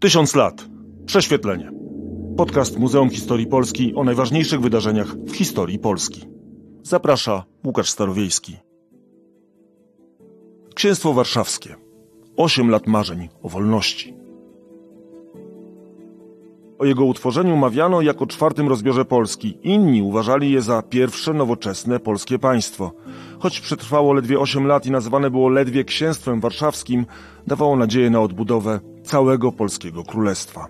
1000 lat. Prześwietlenie. Podcast Muzeum Historii Polski o najważniejszych wydarzeniach w historii Polski. Zaprasza Łukasz Starowiejski. Księstwo Warszawskie. 8 lat marzeń o wolności. O jego utworzeniu mawiano jako czwartym rozbiorze Polski. Inni uważali je za pierwsze nowoczesne polskie państwo. Choć przetrwało ledwie 8 lat i nazywane było ledwie Księstwem Warszawskim, dawało nadzieję na odbudowę całego polskiego królestwa.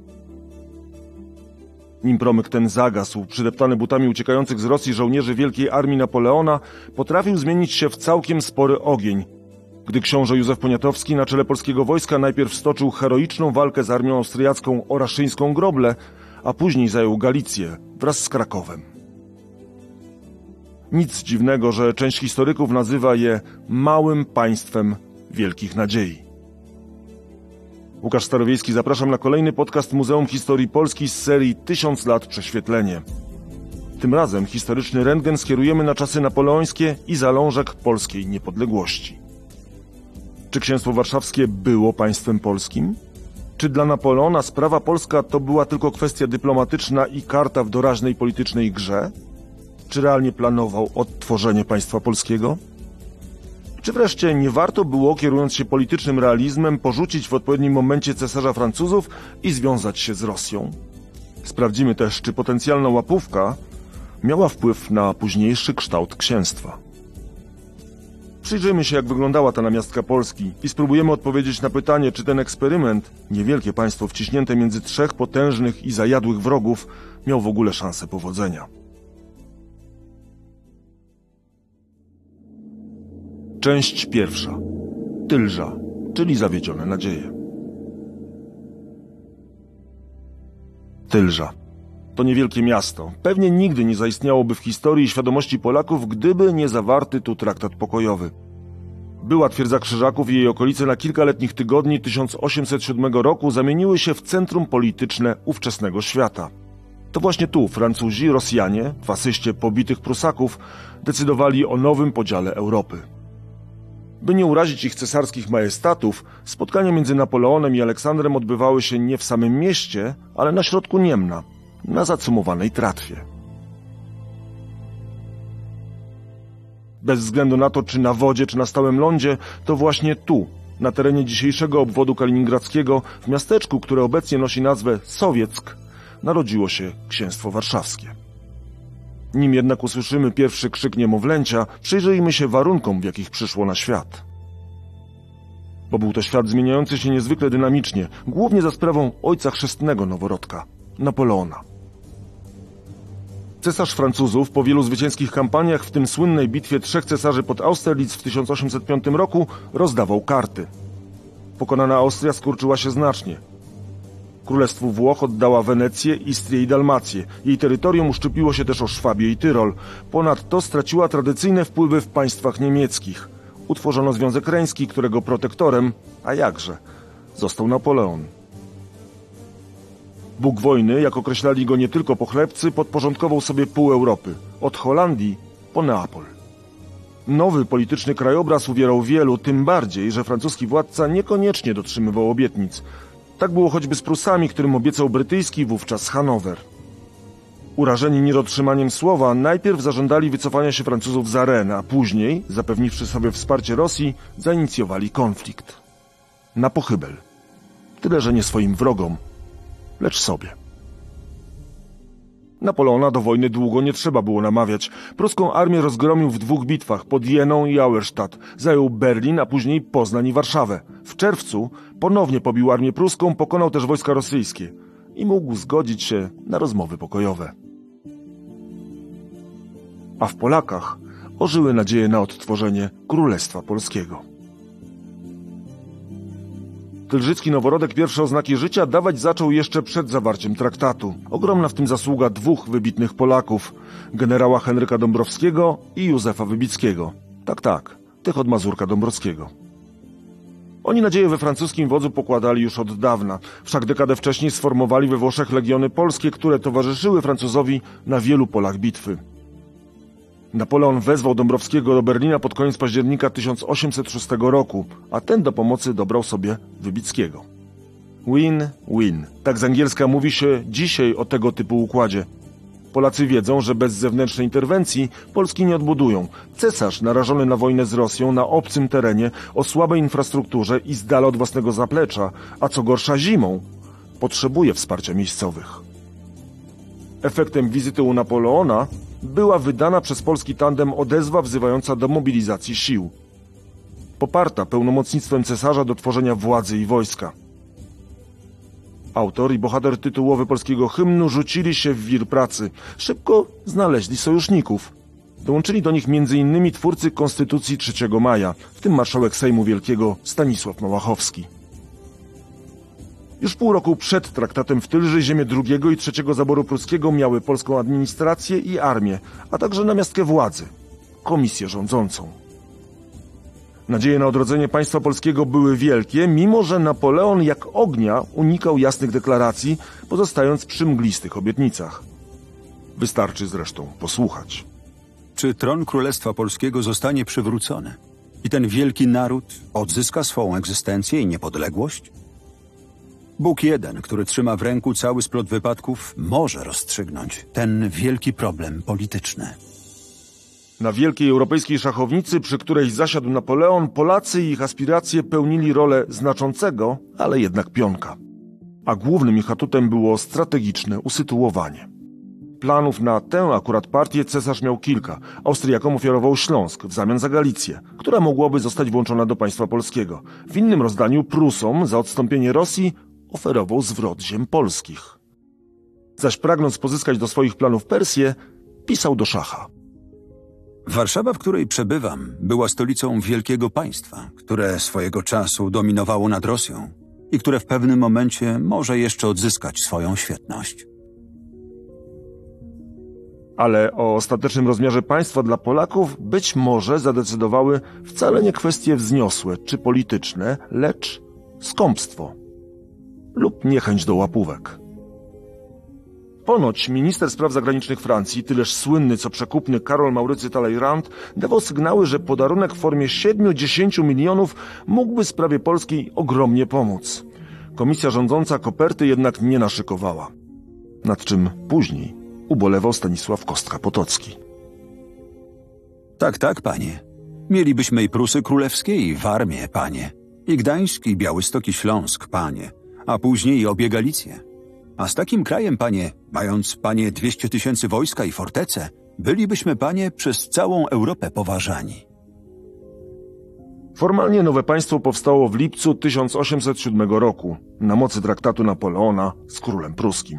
Nim promyk ten zagasł, przydeptany butami uciekających z Rosji żołnierzy Wielkiej Armii Napoleona, potrafił zmienić się w całkiem spory ogień, gdy książę Józef Poniatowski na czele polskiego wojska najpierw stoczył heroiczną walkę z armią austriacką o raszyńską Groblę, a później zajął Galicję wraz z Krakowem. Nic dziwnego, że część historyków nazywa je małym państwem wielkich nadziei. Łukasz Starowiejski, zapraszam na kolejny podcast Muzeum Historii Polski z serii 1000 lat Prześwietlenie. Tym razem historyczny rentgen skierujemy na czasy napoleońskie i zalążek polskiej niepodległości. Czy Księstwo Warszawskie było państwem polskim? Czy dla Napoleona sprawa polska to była tylko kwestia dyplomatyczna i karta w doraźnej politycznej grze? Czy realnie planował odtworzenie państwa polskiego? Czy wreszcie nie warto było, kierując się politycznym realizmem, porzucić w odpowiednim momencie cesarza Francuzów i związać się z Rosją? Sprawdzimy też, czy potencjalna łapówka miała wpływ na późniejszy kształt księstwa. Przyjrzyjmy się, jak wyglądała ta namiastka Polski i spróbujemy odpowiedzieć na pytanie, czy ten eksperyment, niewielkie państwo wciśnięte między trzech potężnych i zajadłych wrogów, miał w ogóle szansę powodzenia. Część pierwsza. Tylża, czyli zawiedzione nadzieje. Tylża. To niewielkie miasto. Pewnie nigdy nie zaistniałoby w historii i świadomości Polaków, gdyby nie zawarty tu traktat pokojowy. Była twierdza Krzyżaków i jej okolice na kilka letnich tygodni 1807 roku zamieniły się w centrum polityczne ówczesnego świata. To właśnie tu Francuzi, Rosjanie, w asyście pobitych Prusaków, decydowali o nowym podziale Europy. By nie urazić ich cesarskich majestatów, spotkania między Napoleonem i Aleksandrem odbywały się nie w samym mieście, ale na środku Niemna, na zacumowanej tratwie. Bez względu na to, czy na wodzie, czy na stałym lądzie, to właśnie tu, na terenie dzisiejszego obwodu kaliningradzkiego, w miasteczku, które obecnie nosi nazwę Sowieck, narodziło się Księstwo Warszawskie. Nim jednak usłyszymy pierwszy krzyk niemowlęcia, przyjrzyjmy się warunkom, w jakich przyszło na świat. Bo był to świat zmieniający się niezwykle dynamicznie, głównie za sprawą ojca chrzestnego noworodka, Napoleona. Cesarz Francuzów po wielu zwycięskich kampaniach, w tym słynnej bitwie trzech cesarzy pod Austerlitz w 1805 roku, rozdawał karty. Pokonana Austria skurczyła się znacznie. Królestwu Włoch oddała Wenecję, Istrię i Dalmację. Jej terytorium uszczupiło się też o Szwabię i Tyrol. Ponadto straciła tradycyjne wpływy w państwach niemieckich. Utworzono Związek Reński, którego protektorem, a jakże, został Napoleon. Bóg wojny, jak określali go nie tylko pochlebcy, podporządkował sobie pół Europy, od Holandii po Neapol. Nowy polityczny krajobraz uwierał wielu, tym bardziej, że francuski władca niekoniecznie dotrzymywał obietnic. Tak było choćby z Prusami, którym obiecał brytyjski wówczas Hanower. Urażeni niedotrzymaniem słowa, najpierw zażądali wycofania się Francuzów za Ren, a później, zapewniwszy sobie wsparcie Rosji, zainicjowali konflikt. Na pochybel. Tyle, że nie swoim wrogom, lecz sobie. Napoleona do wojny długo nie trzeba było namawiać. Pruską armię rozgromił w 2 bitwach, pod Jeną i Auerstadt. Zajął Berlin, a później Poznań i Warszawę. W czerwcu ponownie pobił armię pruską, pokonał też wojska rosyjskie i mógł zgodzić się na rozmowy pokojowe. A w Polakach ożyły nadzieje na odtworzenie Królestwa Polskiego. Tylżycki noworodek pierwsze oznaki życia dawać zaczął jeszcze przed zawarciem traktatu. Ogromna w tym zasługa 2 wybitnych Polaków, generała Henryka Dąbrowskiego i Józefa Wybickiego. Tak, tych od Mazurka Dąbrowskiego. Oni nadzieję we francuskim wodzu pokładali już od dawna. Wszak dekadę wcześniej sformowali we Włoszech legiony polskie, które towarzyszyły Francuzowi na wielu polach bitwy. Napoleon wezwał Dąbrowskiego do Berlina pod koniec października 1806 roku, a ten do pomocy dobrał sobie Wybickiego. Win-win. Tak z angielska mówi się dzisiaj o tego typu układzie. Polacy wiedzą, że bez zewnętrznej interwencji Polski nie odbudują. Cesarz narażony na wojnę z Rosją na obcym terenie, o słabej infrastrukturze i z dala od własnego zaplecza, a co gorsza zimą, potrzebuje wsparcia miejscowych. Efektem wizyty u Napoleona była wydana przez polski tandem odezwa wzywająca do mobilizacji sił. Poparta pełnomocnictwem cesarza do tworzenia władzy i wojska. Autor i bohater tytułowy polskiego hymnu rzucili się w wir pracy. Szybko znaleźli sojuszników. Dołączyli do nich m.in. twórcy Konstytucji 3 maja, w tym marszałek Sejmu Wielkiego Stanisław Małachowski. Już pół roku przed traktatem w Tylży ziemie II i III zaboru pruskiego miały polską administrację i armię, a także namiastkę władzy – komisję rządzącą. Nadzieje na odrodzenie państwa polskiego były wielkie, mimo że Napoleon jak ognia unikał jasnych deklaracji, pozostając przy mglistych obietnicach. Wystarczy zresztą posłuchać. Czy tron Królestwa Polskiego zostanie przywrócony i ten wielki naród odzyska swą egzystencję i niepodległość? Bóg jeden, który trzyma w ręku cały splot wypadków, może rozstrzygnąć ten wielki problem polityczny. Na wielkiej europejskiej szachownicy, przy której zasiadł Napoleon, Polacy i ich aspiracje pełnili rolę znaczącego, ale jednak pionka. A głównym ich atutem było strategiczne usytuowanie. Planów na tę akurat partię cesarz miał kilka. Austriakom ofiarował Śląsk w zamian za Galicję, która mogłaby zostać włączona do państwa polskiego. W innym rozdaniu Prusom za odstąpienie Rosji oferował zwrot ziem polskich. Zaś pragnąc pozyskać do swoich planów Persję, pisał do szacha. Warszawa, w której przebywam, była stolicą wielkiego państwa, które swojego czasu dominowało nad Rosją i które w pewnym momencie może jeszcze odzyskać swoją świetność. Ale o ostatecznym rozmiarze państwa dla Polaków być może zadecydowały wcale nie kwestie wzniosłe czy polityczne, lecz skąpstwo lub niechęć do łapówek. Ponoć minister spraw zagranicznych Francji, tyleż słynny co przekupny Karol Maurycy Talleyrand, dawał sygnały, że podarunek w formie 7-10 milionów mógłby sprawie polskiej ogromnie pomóc. Komisja rządząca koperty jednak nie naszykowała. Nad czym później ubolewał Stanisław Kostka-Potocki. Tak, panie. Mielibyśmy i Prusy Królewskie, i Warmię, panie. I Gdańsk, i Białystok, i Śląsk, panie. A później i obie Galicje. A z takim krajem, panie, mając, panie, 200 000 wojska i fortece, bylibyśmy, panie, przez całą Europę poważani. Formalnie nowe państwo powstało w lipcu 1807 roku, na mocy traktatu Napoleona z królem pruskim.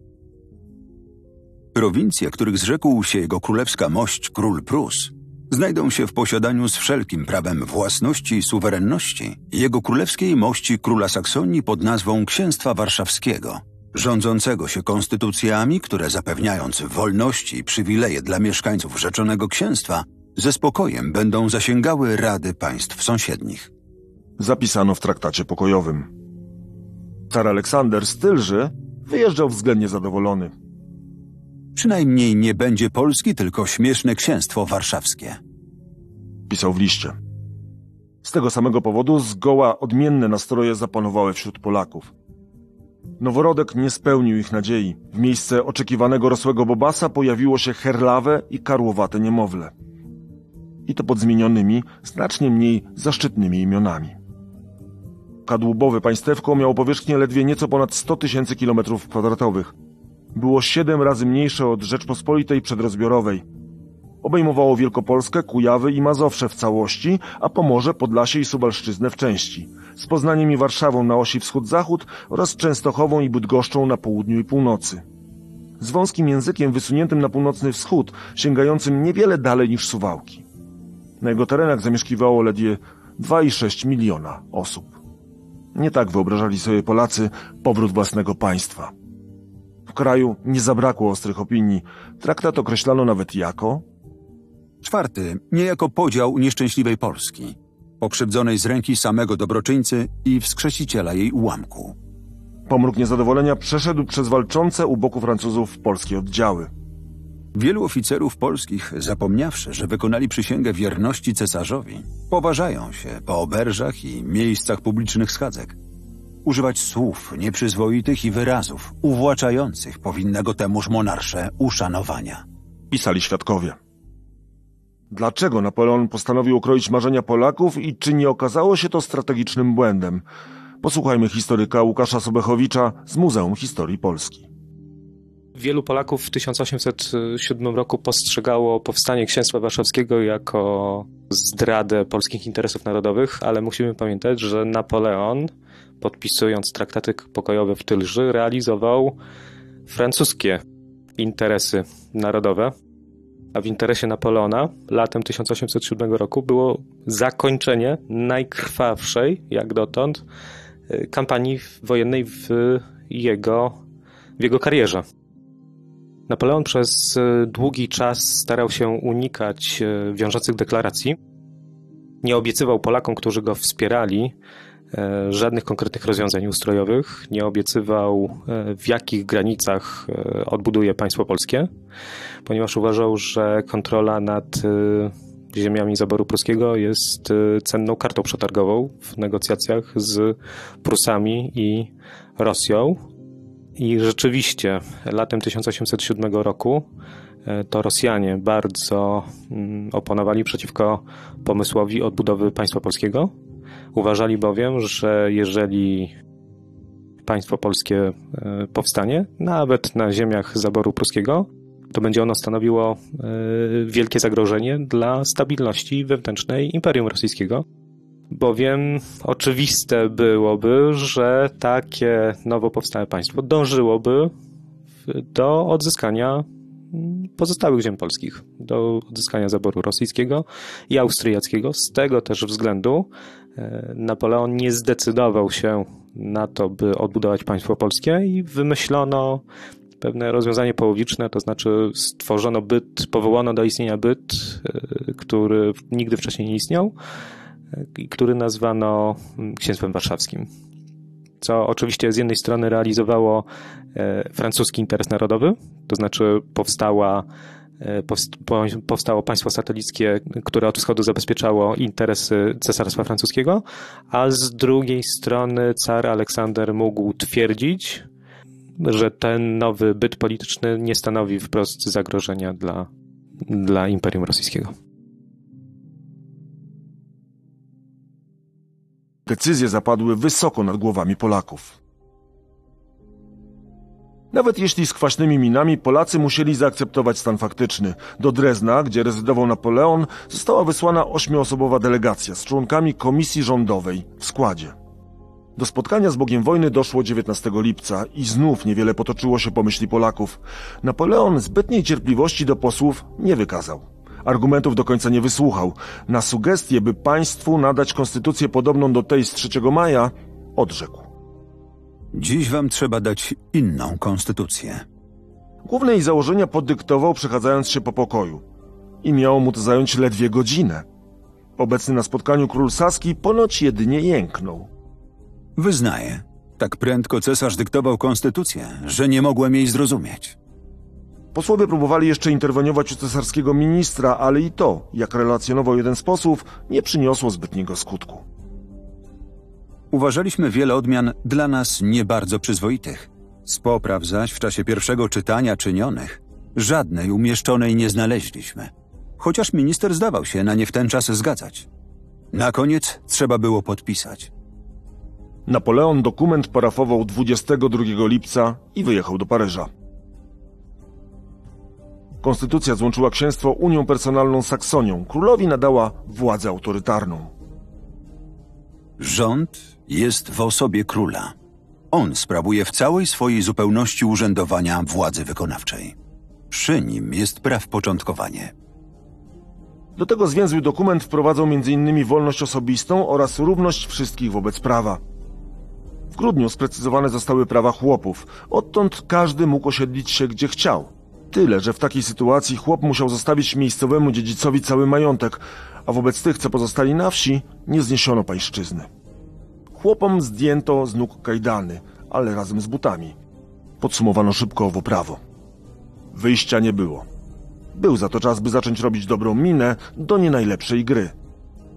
Prowincje, których zrzekł się jego królewska mość król Prus, znajdą się w posiadaniu z wszelkim prawem własności i suwerenności jego królewskiej mości króla Saksonii pod nazwą Księstwa Warszawskiego, rządzącego się konstytucjami, które zapewniając wolności i przywileje dla mieszkańców rzeczonego księstwa, ze spokojem będą zasięgały rady państw sąsiednich. Zapisano w traktacie pokojowym. Car Aleksander z Tylży wyjeżdżał względnie zadowolony. Przynajmniej nie będzie Polski, tylko śmieszne księstwo warszawskie. Pisał w liście. Z tego samego powodu zgoła odmienne nastroje zapanowały wśród Polaków. Noworodek nie spełnił ich nadziei. W miejsce oczekiwanego rosłego bobasa pojawiło się herlawe i karłowate niemowlę. I to pod zmienionymi, znacznie mniej zaszczytnymi imionami. Kadłubowe państewko miało powierzchnię ledwie nieco ponad 100 000 km². Było 7 razy mniejsze od Rzeczpospolitej przedrozbiorowej. Obejmowało Wielkopolskę, Kujawy i Mazowsze w całości, a Pomorze, Podlasie i Suwalszczyznę w części, z Poznaniem i Warszawą na osi wschód-zachód oraz Częstochową i Bydgoszczą na południu i północy. Z wąskim językiem wysuniętym na północny wschód, sięgającym niewiele dalej niż Suwałki. Na jego terenach zamieszkiwało ledwie 2,6 miliona osób. Nie tak wyobrażali sobie Polacy powrót własnego państwa. W kraju nie zabrakło ostrych opinii. Traktat określano nawet jako 4. Niejako podział nieszczęśliwej Polski, pokrzywdzonej z ręki samego dobroczyńcy i wskrzesiciela jej ułamku. Pomruk niezadowolenia przeszedł przez walczące u boku Francuzów polskie oddziały. Wielu oficerów polskich, zapomniawszy, że wykonali przysięgę wierności cesarzowi, poważają się po oberżach i miejscach publicznych schadzek. używać słów nieprzyzwoitych i wyrazów uwłaczających powinnego temuż monarsze uszanowania. Pisali świadkowie. Dlaczego Napoleon postanowił ukroić marzenia Polaków i czy nie okazało się to strategicznym błędem? Posłuchajmy historyka Łukasza Sobechowicza z Muzeum Historii Polski. Wielu Polaków w 1807 roku postrzegało powstanie Księstwa Warszawskiego jako zdradę polskich interesów narodowych, ale musimy pamiętać, że Napoleon, podpisując traktaty pokojowe w Tylży, realizował francuskie interesy narodowe, a w interesie Napoleona latem 1807 roku było zakończenie najkrwawszej, jak dotąd, kampanii wojennej w jego karierze. Napoleon przez długi czas starał się unikać wiążących deklaracji. Nie obiecywał Polakom, którzy go wspierali, żadnych konkretnych rozwiązań ustrojowych. Nie obiecywał, w jakich granicach odbuduje państwo polskie, ponieważ uważał, że kontrola nad ziemiami zaboru pruskiego jest cenną kartą przetargową w negocjacjach z Prusami i Rosją. I rzeczywiście latem 1807 roku to Rosjanie bardzo oponowali przeciwko pomysłowi odbudowy państwa polskiego. Uważali bowiem, że jeżeli państwo polskie powstanie, nawet na ziemiach zaboru pruskiego, to będzie ono stanowiło wielkie zagrożenie dla stabilności wewnętrznej Imperium Rosyjskiego. Bowiem oczywiste byłoby, że takie nowo powstałe państwo dążyłoby do odzyskania pozostałych ziem polskich, do odzyskania zaboru rosyjskiego i austriackiego. Z tego też względu Napoleon nie zdecydował się na to, by odbudować państwo polskie i wymyślono pewne rozwiązanie połowiczne, to znaczy stworzono powołano do istnienia byt, który nigdy wcześniej nie istniał, i który nazwano Księstwem Warszawskim. Co oczywiście z jednej strony realizowało francuski interes narodowy, to znaczy powstało państwo satelickie, które od wschodu zabezpieczało interesy Cesarstwa Francuskiego, a z drugiej strony car Aleksander mógł twierdzić, że ten nowy byt polityczny nie stanowi wprost zagrożenia dla Imperium Rosyjskiego. Decyzje zapadły wysoko nad głowami Polaków. Nawet jeśli z kwaśnymi minami, Polacy musieli zaakceptować stan faktyczny. Do Drezna, gdzie rezydował Napoleon, została wysłana 8-osobowa delegacja z członkami komisji rządowej w składzie. Do spotkania z Bogiem Wojny doszło 19 lipca i znów niewiele potoczyło się po myśli Polaków. Napoleon zbytniej cierpliwości do posłów nie wykazał. Argumentów do końca nie wysłuchał. Na sugestie, by państwu nadać konstytucję podobną do tej z 3 maja, odrzekł. Dziś wam trzeba dać inną konstytucję. Główne jej założenia podyktował, przechadzając się po pokoju. I miało mu to zająć ledwie godzinę. Obecny na spotkaniu król saski ponoć jedynie jęknął. Wyznaję, tak prędko cesarz dyktował konstytucję, że nie mogłem jej zrozumieć. Posłowie próbowali jeszcze interweniować u cesarskiego ministra, ale i to, jak relacjonował jeden z posłów, nie przyniosło zbytniego skutku. Uważaliśmy wiele odmian dla nas nie bardzo przyzwoitych. Z popraw zaś w czasie pierwszego czytania czynionych żadnej umieszczonej nie znaleźliśmy. Chociaż minister zdawał się na nie w ten czas zgadzać. Na koniec trzeba było podpisać. Napoleon dokument parafował 22 lipca i wyjechał do Paryża. Konstytucja złączyła księstwo unią personalną z Saksonią. Królowi nadała władzę autorytarną. Rząd jest w osobie króla. On sprawuje w całej swojej zupełności urzędowania władzy wykonawczej. Przy nim jest praw-początkowanie. Do tego zwięzły dokument wprowadzał m.in. wolność osobistą oraz równość wszystkich wobec prawa. W grudniu sprecyzowane zostały prawa chłopów. Odtąd każdy mógł osiedlić się gdzie chciał. Tyle, że w takiej sytuacji chłop musiał zostawić miejscowemu dziedzicowi cały majątek, a wobec tych, co pozostali na wsi, nie zniesiono pańszczyzny. Chłopom zdjęto z nóg kajdany, ale razem z butami. Podsumowano szybko owo prawo. Wyjścia nie było. Był za to czas, by zacząć robić dobrą minę do nie najlepszej gry.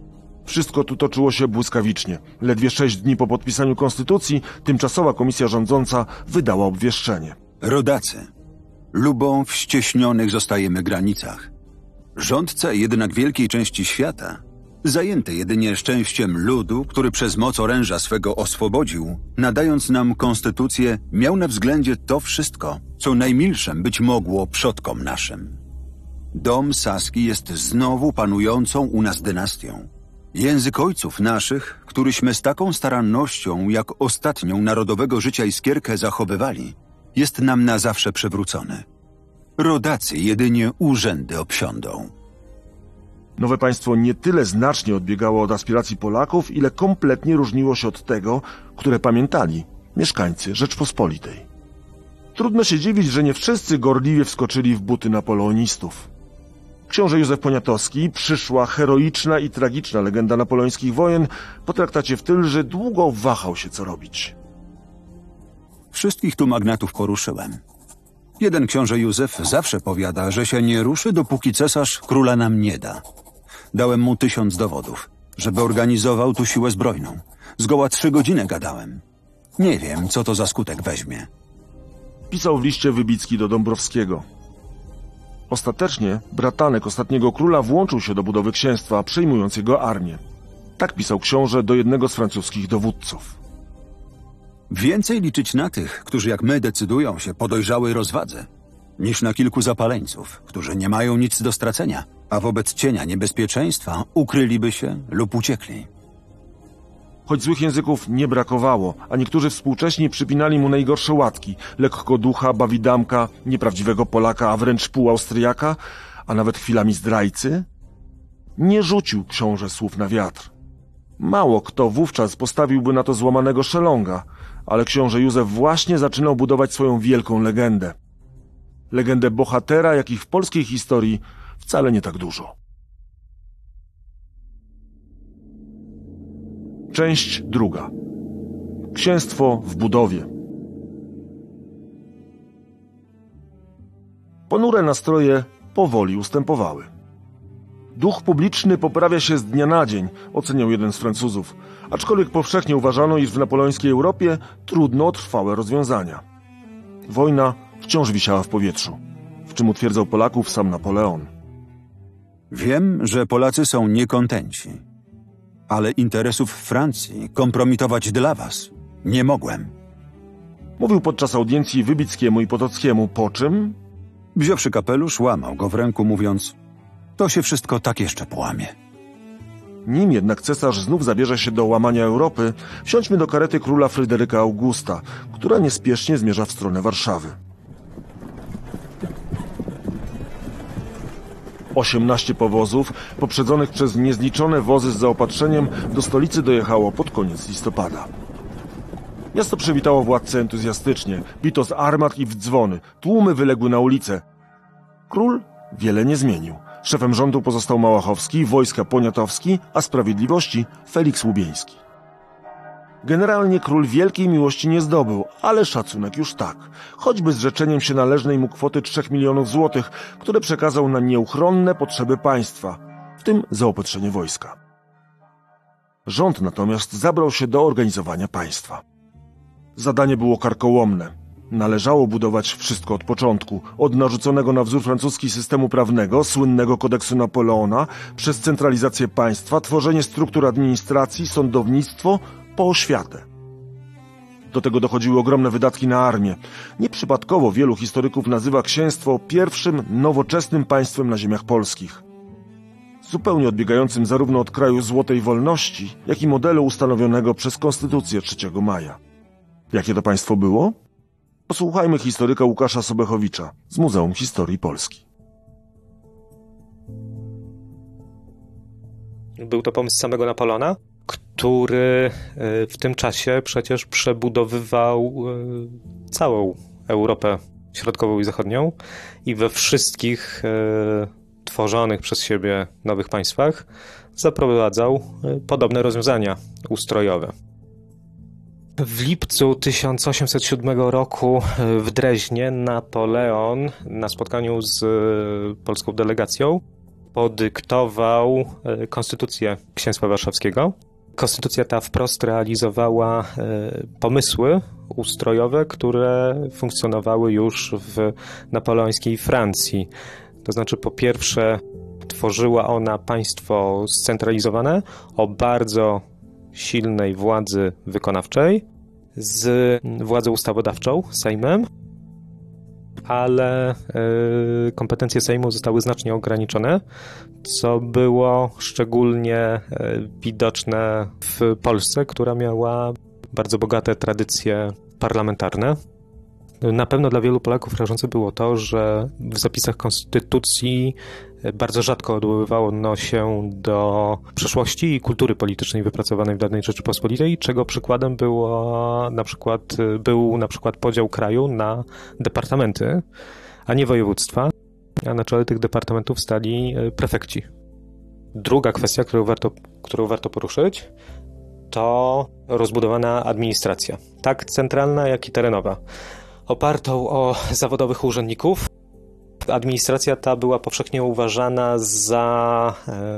Wszystko tu toczyło się błyskawicznie. Ledwie 6 dni po podpisaniu konstytucji tymczasowa komisja rządząca wydała obwieszczenie. Rodacy, lubą w ścieśnionych zostajemy granicach. Rządca jednak wielkiej części świata, zajęty jedynie szczęściem ludu, który przez moc oręża swego oswobodził, nadając nam konstytucję, miał na względzie to wszystko, co najmilszem być mogło przodkom naszym. Dom Saski jest znowu panującą u nas dynastią. Język ojców naszych, któryśmy z taką starannością, jak ostatnią narodowego życia iskierkę zachowywali, jest nam na zawsze przywrócony. Rodacy jedynie urzędy obsiądą. Nowe państwo nie tyle znacznie odbiegało od aspiracji Polaków, ile kompletnie różniło się od tego, które pamiętali mieszkańcy Rzeczpospolitej. Trudno się dziwić, że nie wszyscy gorliwie wskoczyli w buty napoleonistów. Książę Józef Poniatowski, przyszła, heroiczna i tragiczna legenda napoleońskich wojen, po traktacie w Tylży długo wahał się, co robić. Wszystkich tu magnatów poruszyłem. Jeden książę Józef zawsze powiada, że się nie ruszy, dopóki cesarz króla nam nie da. Dałem mu 1000 dowodów, żeby organizował tu siłę zbrojną. Zgoła 3 godziny gadałem. Nie wiem, co to za skutek weźmie. Pisał w liście Wybicki do Dąbrowskiego. Ostatecznie bratanek ostatniego króla włączył się do budowy księstwa, przejmując jego armię. Tak pisał książę do jednego z francuskich dowódców. Więcej liczyć na tych, którzy jak my decydują się po dojrzałej rozwadze, niż na kilku zapaleńców, którzy nie mają nic do stracenia, a wobec cienia niebezpieczeństwa ukryliby się lub uciekli. Choć złych języków nie brakowało, a niektórzy współcześni przypinali mu najgorsze łatki, lekkoducha, bawidamka, nieprawdziwego Polaka, a wręcz półaustriaka, a nawet chwilami zdrajcy, nie rzucił książę słów na wiatr. Mało kto wówczas postawiłby na to złamanego szelonga, ale książę Józef właśnie zaczynał budować swoją wielką legendę. Legendę bohatera, jakich w polskiej historii wcale nie tak dużo. Część 2. Księstwo w budowie. Ponure nastroje powoli ustępowały. Duch publiczny poprawia się z dnia na dzień, oceniał jeden z Francuzów, aczkolwiek powszechnie uważano, iż w napoleońskiej Europie trudno o trwałe rozwiązania. Wojna wciąż wisiała w powietrzu, w czym utwierdzał Polaków sam Napoleon. Wiem, że Polacy są niekontenci, ale interesów Francji kompromitować dla was nie mogłem. Mówił podczas audiencji Wybickiemu i Potockiemu, po czym, wziąwszy kapelusz, łamał go w ręku, mówiąc: to się wszystko tak jeszcze połamie. Nim jednak cesarz znów zabierze się do łamania Europy, wsiądźmy do karety króla Fryderyka Augusta, która niespiesznie zmierza w stronę Warszawy. 18 powozów, poprzedzonych przez niezliczone wozy z zaopatrzeniem, do stolicy dojechało pod koniec listopada. Miasto przywitało władcę entuzjastycznie, bito z armat i w dzwony, tłumy wyległy na ulice. Król wiele nie zmienił. Szefem rządu pozostał Małachowski, wojska Poniatowski, a sprawiedliwości Feliks Łubieński. Generalnie król wielkiej miłości nie zdobył, ale szacunek już tak, choćby zrzeczeniem się należnej mu kwoty 3 milionów złotych, które przekazał na nieuchronne potrzeby państwa, w tym zaopatrzenie wojska. Rząd natomiast zabrał się do organizowania państwa. Zadanie było karkołomne. Należało budować wszystko od początku, od narzuconego na wzór francuski systemu prawnego, słynnego kodeksu Napoleona, przez centralizację państwa, tworzenie struktur administracji, sądownictwo, po oświatę. Do tego dochodziły ogromne wydatki na armię. Nieprzypadkowo wielu historyków nazywa księstwo pierwszym nowoczesnym państwem na ziemiach polskich. Zupełnie odbiegającym zarówno od kraju złotej wolności, jak i modelu ustanowionego przez Konstytucję 3 maja. Jakie to państwo było? Posłuchajmy historyka Łukasza Sobechowicza z Muzeum Historii Polski. Był to pomysł samego Napoleona, który w tym czasie przecież przebudowywał całą Europę Środkową i Zachodnią i we wszystkich tworzonych przez siebie nowych państwach zaprowadzał podobne rozwiązania ustrojowe. W lipcu 1807 roku w Dreźnie Napoleon na spotkaniu z polską delegacją podyktował konstytucję Księstwa Warszawskiego. Konstytucja ta wprost realizowała pomysły ustrojowe, które funkcjonowały już w napoleońskiej Francji. To znaczy, po pierwsze, tworzyła ona państwo scentralizowane o bardzo silnej władzy wykonawczej z władzą ustawodawczą, Sejmem, ale kompetencje Sejmu zostały znacznie ograniczone, co było szczególnie widoczne w Polsce, która miała bardzo bogate tradycje parlamentarne. Na pewno dla wielu Polaków rażące było to, że w zapisach konstytucji bardzo rzadko odwoływano się do przeszłości i kultury politycznej wypracowanej w dawnej Rzeczypospolitej, czego przykładem był na przykład podział kraju na departamenty, a nie województwa, a na czele tych departamentów stali prefekci. Druga kwestia, którą warto poruszyć, to rozbudowana administracja, tak centralna, jak i terenowa, opartą o zawodowych urzędników. Administracja ta była powszechnie uważana za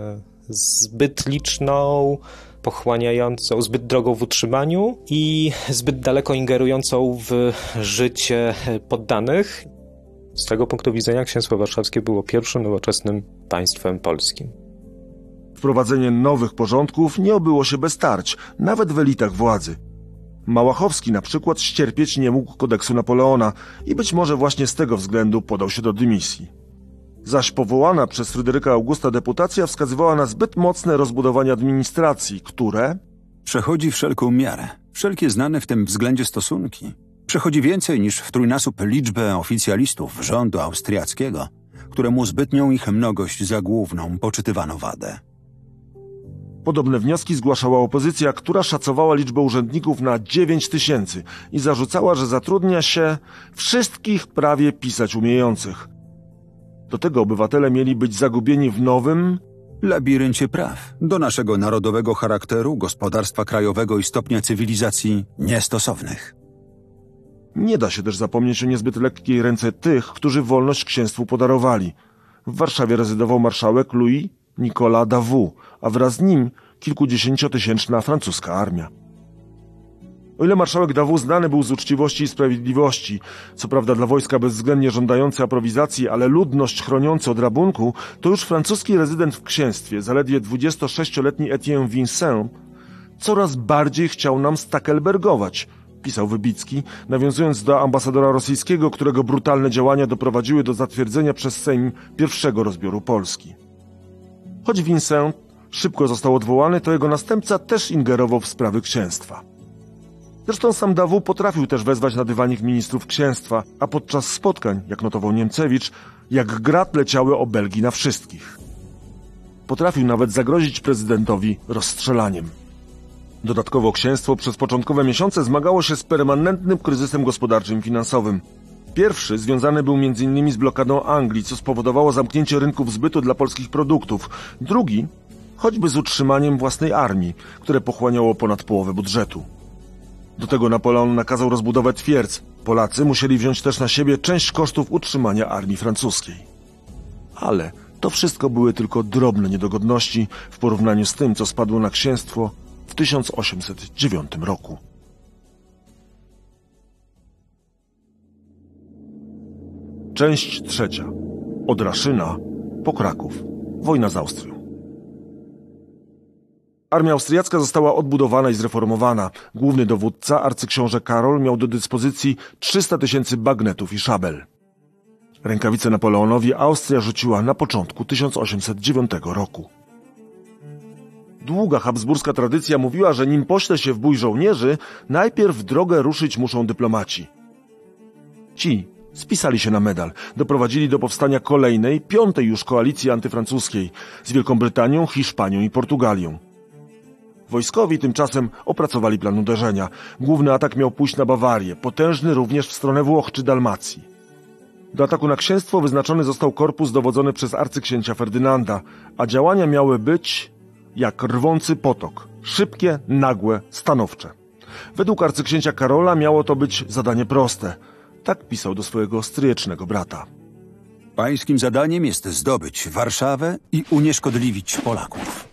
zbyt liczną, pochłaniającą, zbyt drogą w utrzymaniu i zbyt daleko ingerującą w życie poddanych. Z tego punktu widzenia Księstwo Warszawskie było pierwszym nowoczesnym państwem polskim. Wprowadzenie nowych porządków nie obyło się bez tarć, nawet w elitach władzy. Małachowski na przykład ścierpieć nie mógł kodeksu Napoleona i być może właśnie z tego względu podał się do dymisji. Zaś powołana przez Fryderyka Augusta deputacja wskazywała na zbyt mocne rozbudowanie administracji, które przechodzi wszelką miarę, wszelkie znane w tym względzie stosunki. Przechodzi więcej niż w trójnasób liczbę oficjalistów rządu austriackiego, któremu zbytnią ich mnogość za główną poczytywano wadę. Podobne wnioski zgłaszała opozycja, która szacowała liczbę urzędników na 9000 i zarzucała, że zatrudnia się wszystkich prawie pisać umiejących. Do tego obywatele mieli być zagubieni w nowym labiryncie praw, do naszego narodowego charakteru, gospodarstwa krajowego i stopnia cywilizacji niestosownych. Nie da się też zapomnieć o niezbyt lekkiej ręce tych, którzy wolność księstwu podarowali. W Warszawie rezydował marszałek Louis Nicolas Davout, a wraz z nim kilkudziesięciotysięczna francuska armia. O ile marszałek Davout znany był z uczciwości i sprawiedliwości, co prawda dla wojska bezwzględnie żądający aprowizacji, ale ludność chroniący od rabunku, to już francuski rezydent w księstwie, zaledwie 26-letni Etienne Vincent, coraz bardziej chciał nam stackelbergować, pisał Wybicki, nawiązując do ambasadora rosyjskiego, którego brutalne działania doprowadziły do zatwierdzenia przez Sejm pierwszego rozbioru Polski. Choć Vincent szybko został odwołany, to jego następca też ingerował w sprawy księstwa. Zresztą sam Davout potrafił też wezwać na dywanik ministrów księstwa, a podczas spotkań, jak notował Niemcewicz, jak grat leciały obelgi na wszystkich. Potrafił nawet zagrozić prezydentowi rozstrzelaniem. Dodatkowo księstwo przez początkowe miesiące zmagało się z permanentnym kryzysem gospodarczym i finansowym. Pierwszy związany był m.in. z blokadą Anglii, co spowodowało zamknięcie rynków zbytu dla polskich produktów. Drugi, choćby z utrzymaniem własnej armii, które pochłaniało ponad połowę budżetu. Do tego Napoleon nakazał rozbudowę twierdz. Polacy musieli wziąć też na siebie część kosztów utrzymania armii francuskiej. Ale to wszystko były tylko drobne niedogodności w porównaniu z tym, co spadło na księstwo w 1809 roku. Część trzecia. Od Raszyna po Kraków. Wojna z Austrią. Armia austriacka została odbudowana i zreformowana. Główny dowódca, arcyksiąże Karol, miał do dyspozycji 300 000 bagnetów i szabel. Rękawice Napoleonowi Austria rzuciła na początku 1809 roku. Długa habsburska tradycja mówiła, że nim pośle się w bój żołnierzy, najpierw w drogę ruszyć muszą dyplomaci. Ci spisali się na medal, doprowadzili do powstania kolejnej, piątej już koalicji antyfrancuskiej z Wielką Brytanią, Hiszpanią i Portugalią. Wojskowi tymczasem opracowali plan uderzenia. Główny atak miał pójść na Bawarię, potężny również w stronę Włoch czy Dalmacji. Do ataku na księstwo wyznaczony został korpus dowodzony przez arcyksięcia Ferdynanda, a działania miały być jak rwący potok, szybkie, nagłe, stanowcze. Według arcyksięcia Karola miało to być zadanie proste. Tak pisał do swojego stryjecznego brata. Pańskim zadaniem jest zdobyć Warszawę i unieszkodliwić Polaków.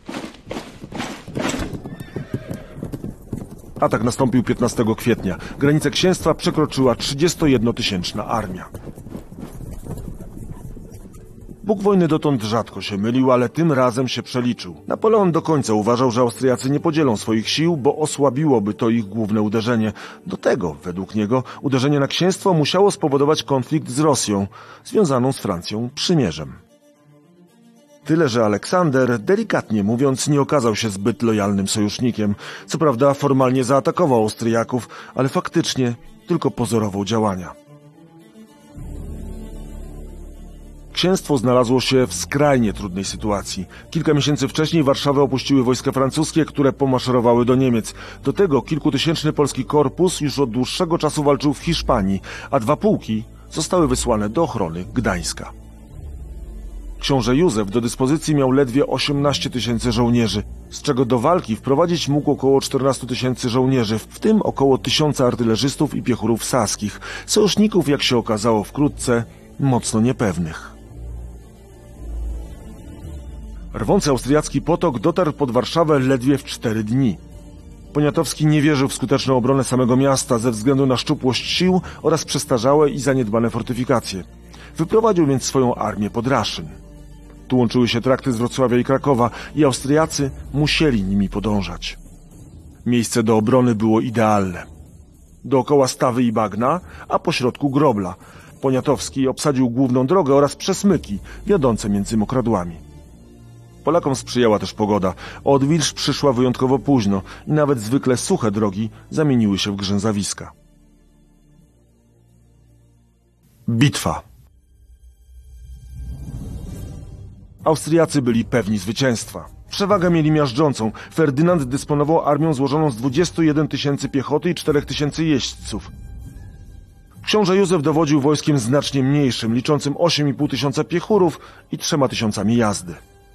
Atak nastąpił 15 kwietnia. Granicę księstwa przekroczyła 31-tysięczna armia. Bóg wojny dotąd rzadko się mylił, ale tym razem się przeliczył. Napoleon do końca uważał, że Austriacy nie podzielą swoich sił, bo osłabiłoby to ich główne uderzenie. Do tego, według niego, uderzenie na księstwo musiało spowodować konflikt z Rosją, związaną z Francją przymierzem. Tyle, że Aleksander, delikatnie mówiąc, nie okazał się zbyt lojalnym sojusznikiem. Co prawda formalnie zaatakował Austriaków, ale faktycznie tylko pozorował działania. Księstwo znalazło się w skrajnie trudnej sytuacji. Kilka miesięcy wcześniej Warszawę opuściły wojska francuskie, które pomaszerowały do Niemiec. Do tego kilkutysięczny polski korpus już od dłuższego czasu walczył w Hiszpanii, a 2 pułki zostały wysłane do ochrony Gdańska. Książę Józef do dyspozycji miał ledwie 18 tysięcy żołnierzy, z czego do walki wprowadzić mógł około 14 tysięcy żołnierzy, w tym około 1000 artylerzystów i piechurów saskich. Sojuszników, jak się okazało wkrótce, mocno niepewnych. Rwący austriacki potok dotarł pod Warszawę ledwie w 4 dni. Poniatowski nie wierzył w skuteczną obronę samego miasta ze względu na szczupłość sił oraz przestarzałe i zaniedbane fortyfikacje. Wyprowadził więc swoją armię pod Raszyn. Tu łączyły się trakty z Wrocławia i Krakowa i Austriacy musieli nimi podążać. Miejsce do obrony było idealne. Dookoła stawy i bagna, a pośrodku grobla. Poniatowski obsadził główną drogę oraz przesmyki wiodące między mokradłami. Polakom sprzyjała też pogoda. Odwilż przyszła wyjątkowo późno i nawet zwykle suche drogi zamieniły się w grzęzawiska. Bitwa. Austriacy byli pewni zwycięstwa. Przewagę mieli miażdżącą. Ferdynand dysponował armią złożoną z 21 tysięcy piechoty i 4 tysięcy jeźdźców. Książę Józef dowodził wojskiem znacznie mniejszym, liczącym 8,5 tysiąca piechurów i 3 tysiącami jazdy.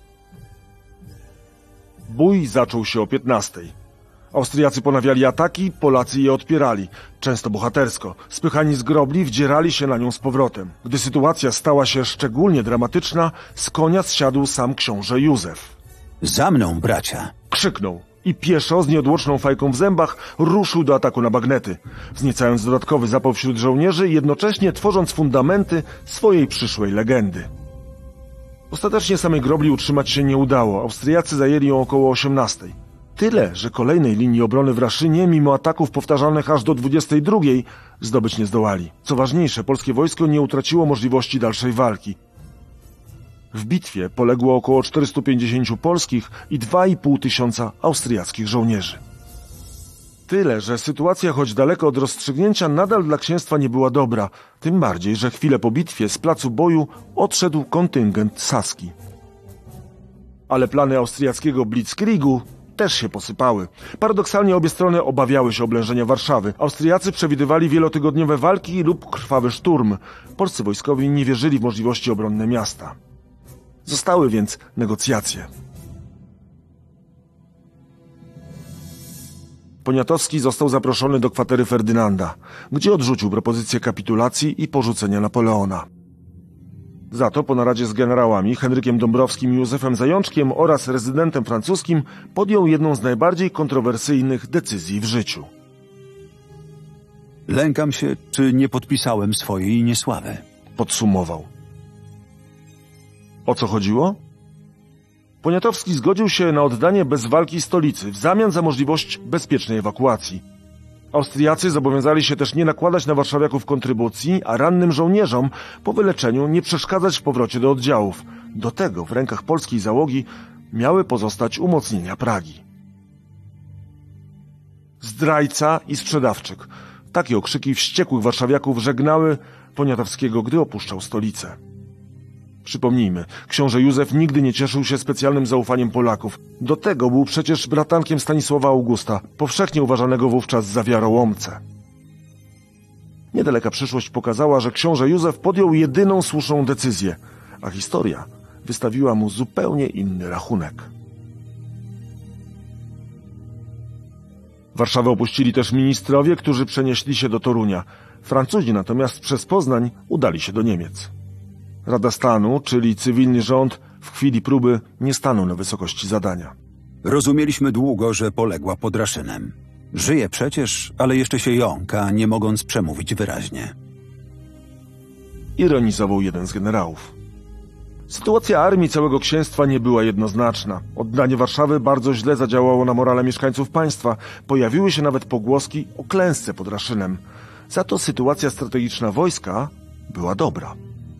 Bój zaczął się o 15. Austriacy ponawiali ataki, Polacy je odpierali, często bohatersko. Spychani z grobli wdzierali się na nią z powrotem. Gdy sytuacja stała się szczególnie dramatyczna, z konia zsiadł sam książę Józef. Za mną, bracia! Krzyknął i pieszo, z nieodłączną fajką w zębach, ruszył do ataku na bagnety, wzniecając dodatkowy zapał wśród żołnierzy i jednocześnie tworząc fundamenty swojej przyszłej legendy. Ostatecznie samej grobli utrzymać się nie udało. Austriacy zajęli ją około 18. Tyle, że kolejnej linii obrony w Raszynie, mimo ataków powtarzanych aż do 22, zdobyć nie zdołali. Co ważniejsze, polskie wojsko nie utraciło możliwości dalszej walki. W bitwie poległo około 450 polskich i 2,5 tysiąca austriackich żołnierzy. Tyle, że sytuacja, choć daleko od rozstrzygnięcia, nadal dla księstwa nie była dobra. Tym bardziej, że chwilę po bitwie z placu boju odszedł kontyngent saski. Ale plany austriackiego blitzkriegu też się posypały. Paradoksalnie obie strony obawiały się oblężenia Warszawy. Austriacy przewidywali wielotygodniowe walki lub krwawy szturm. Polscy wojskowi nie wierzyli w możliwości obronne miasta. Zostały więc negocjacje. Poniatowski został zaproszony do kwatery Ferdynanda, gdzie odrzucił propozycję kapitulacji i porzucenia Napoleona. Za to po naradzie z generałami Henrykiem Dąbrowskim i Józefem Zajączkiem oraz rezydentem francuskim podjął jedną z najbardziej kontrowersyjnych decyzji w życiu. Lękam się, czy nie podpisałem swojej niesławy. Podsumował. O co chodziło? Poniatowski zgodził się na oddanie bez walki stolicy w zamian za możliwość bezpiecznej ewakuacji. Austriacy zobowiązali się też nie nakładać na warszawiaków kontrybucji, a rannym żołnierzom po wyleczeniu nie przeszkadzać w powrocie do oddziałów. Do tego w rękach polskiej załogi miały pozostać umocnienia Pragi. Zdrajca i sprzedawczyk. Takie okrzyki wściekłych warszawiaków żegnały Poniatowskiego, gdy opuszczał stolicę. Przypomnijmy, książę Józef nigdy nie cieszył się specjalnym zaufaniem Polaków. Do tego był przecież bratankiem Stanisława Augusta, powszechnie uważanego wówczas za wiarołomcę. Niedaleka przyszłość pokazała, że książę Józef podjął jedyną słuszną decyzję, a historia wystawiła mu zupełnie inny rachunek. Warszawę opuścili też ministrowie, którzy przenieśli się do Torunia. Francuzi natomiast przez Poznań udali się do Niemiec. Rada Stanu, czyli cywilny rząd, w chwili próby nie stanął na wysokości zadania. Rozumieliśmy długo, że poległa pod Raszynem. Żyje przecież, ale jeszcze się jąka, nie mogąc przemówić wyraźnie. Ironizował jeden z generałów. Sytuacja armii całego księstwa nie była jednoznaczna. Oddanie Warszawy bardzo źle zadziałało na morale mieszkańców państwa. Pojawiły się nawet pogłoski o klęsce pod Raszynem. Za to sytuacja strategiczna wojska była dobra.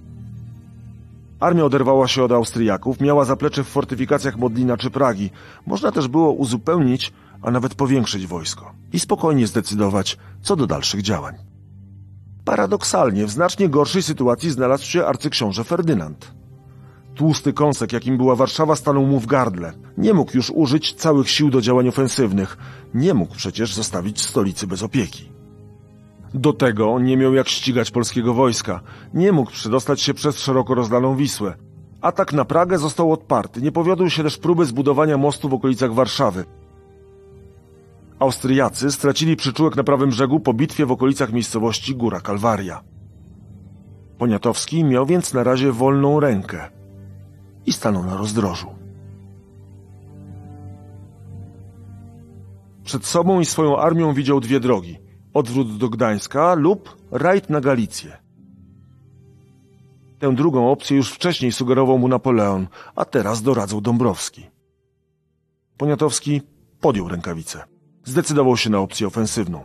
Armia oderwała się od Austriaków, miała zaplecze w fortyfikacjach Modlina czy Pragi. Można też było uzupełnić, a nawet powiększyć wojsko i spokojnie zdecydować co do dalszych działań. Paradoksalnie w znacznie gorszej sytuacji znalazł się arcyksiąże Ferdynand. Tłusty kąsek, jakim była Warszawa, stanął mu w gardle. Nie mógł już użyć całych sił do działań ofensywnych. Nie mógł przecież zostawić stolicy bez opieki. Do tego nie miał jak ścigać polskiego wojska. Nie mógł przedostać się przez szeroko rozlaną Wisłę. Atak na Pragę został odparty. Nie powiodły się też próby zbudowania mostu w okolicach Warszawy. Austriacy stracili przyczółek na prawym brzegu po bitwie w okolicach miejscowości Góra Kalwaria. Poniatowski miał więc na razie wolną rękę i stanął na rozdrożu. Przed sobą i swoją armią widział dwie drogi: odwrót do Gdańska lub rajd na Galicję. Tę drugą opcję już wcześniej sugerował mu Napoleon, a teraz doradzał Dąbrowski. Poniatowski podjął rękawice. Zdecydował się na opcję ofensywną.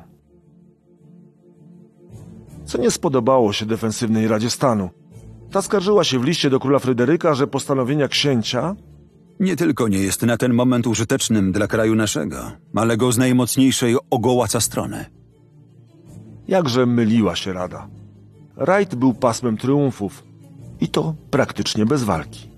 Co nie spodobało się defensywnej Radzie Stanu. Ta skarżyła się w liście do króla Fryderyka, że postanowienia księcia Nie tylko nie jest na ten moment użytecznym dla kraju naszego, ale go z najmocniejszej ogołaca strony. jakże myliła się Rada. Rajd był pasmem triumfów i to praktycznie bez walki.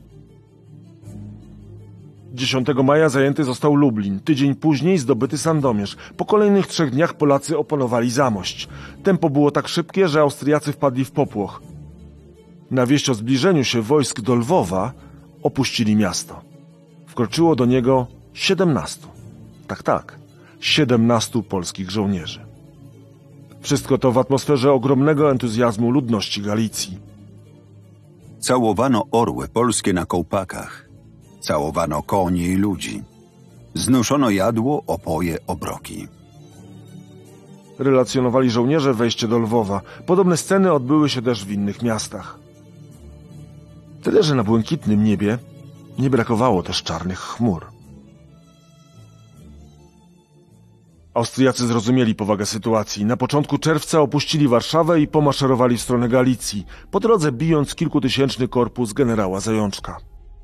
10 maja zajęty został Lublin, tydzień później zdobyty Sandomierz. Po kolejnych 3 dniach Polacy opanowali Zamość. Tempo było tak szybkie, że Austriacy wpadli w popłoch. Na wieść o zbliżeniu się wojsk do Lwowa opuścili miasto. Wkroczyło do niego 17. Tak, 17 polskich żołnierzy. Wszystko to w atmosferze ogromnego entuzjazmu ludności Galicji. Całowano orły polskie na kołpakach. Całowano konie i ludzi. Znoszono jadło, opoje, obroki. Relacjonowali żołnierze wejście do Lwowa. Podobne sceny odbyły się też w innych miastach. Tyle, że na błękitnym niebie nie brakowało też czarnych chmur. Austriacy zrozumieli powagę sytuacji. Na początku czerwca opuścili Warszawę i pomaszerowali w stronę Galicji, po drodze bijąc kilkutysięczny korpus generała Zajączka.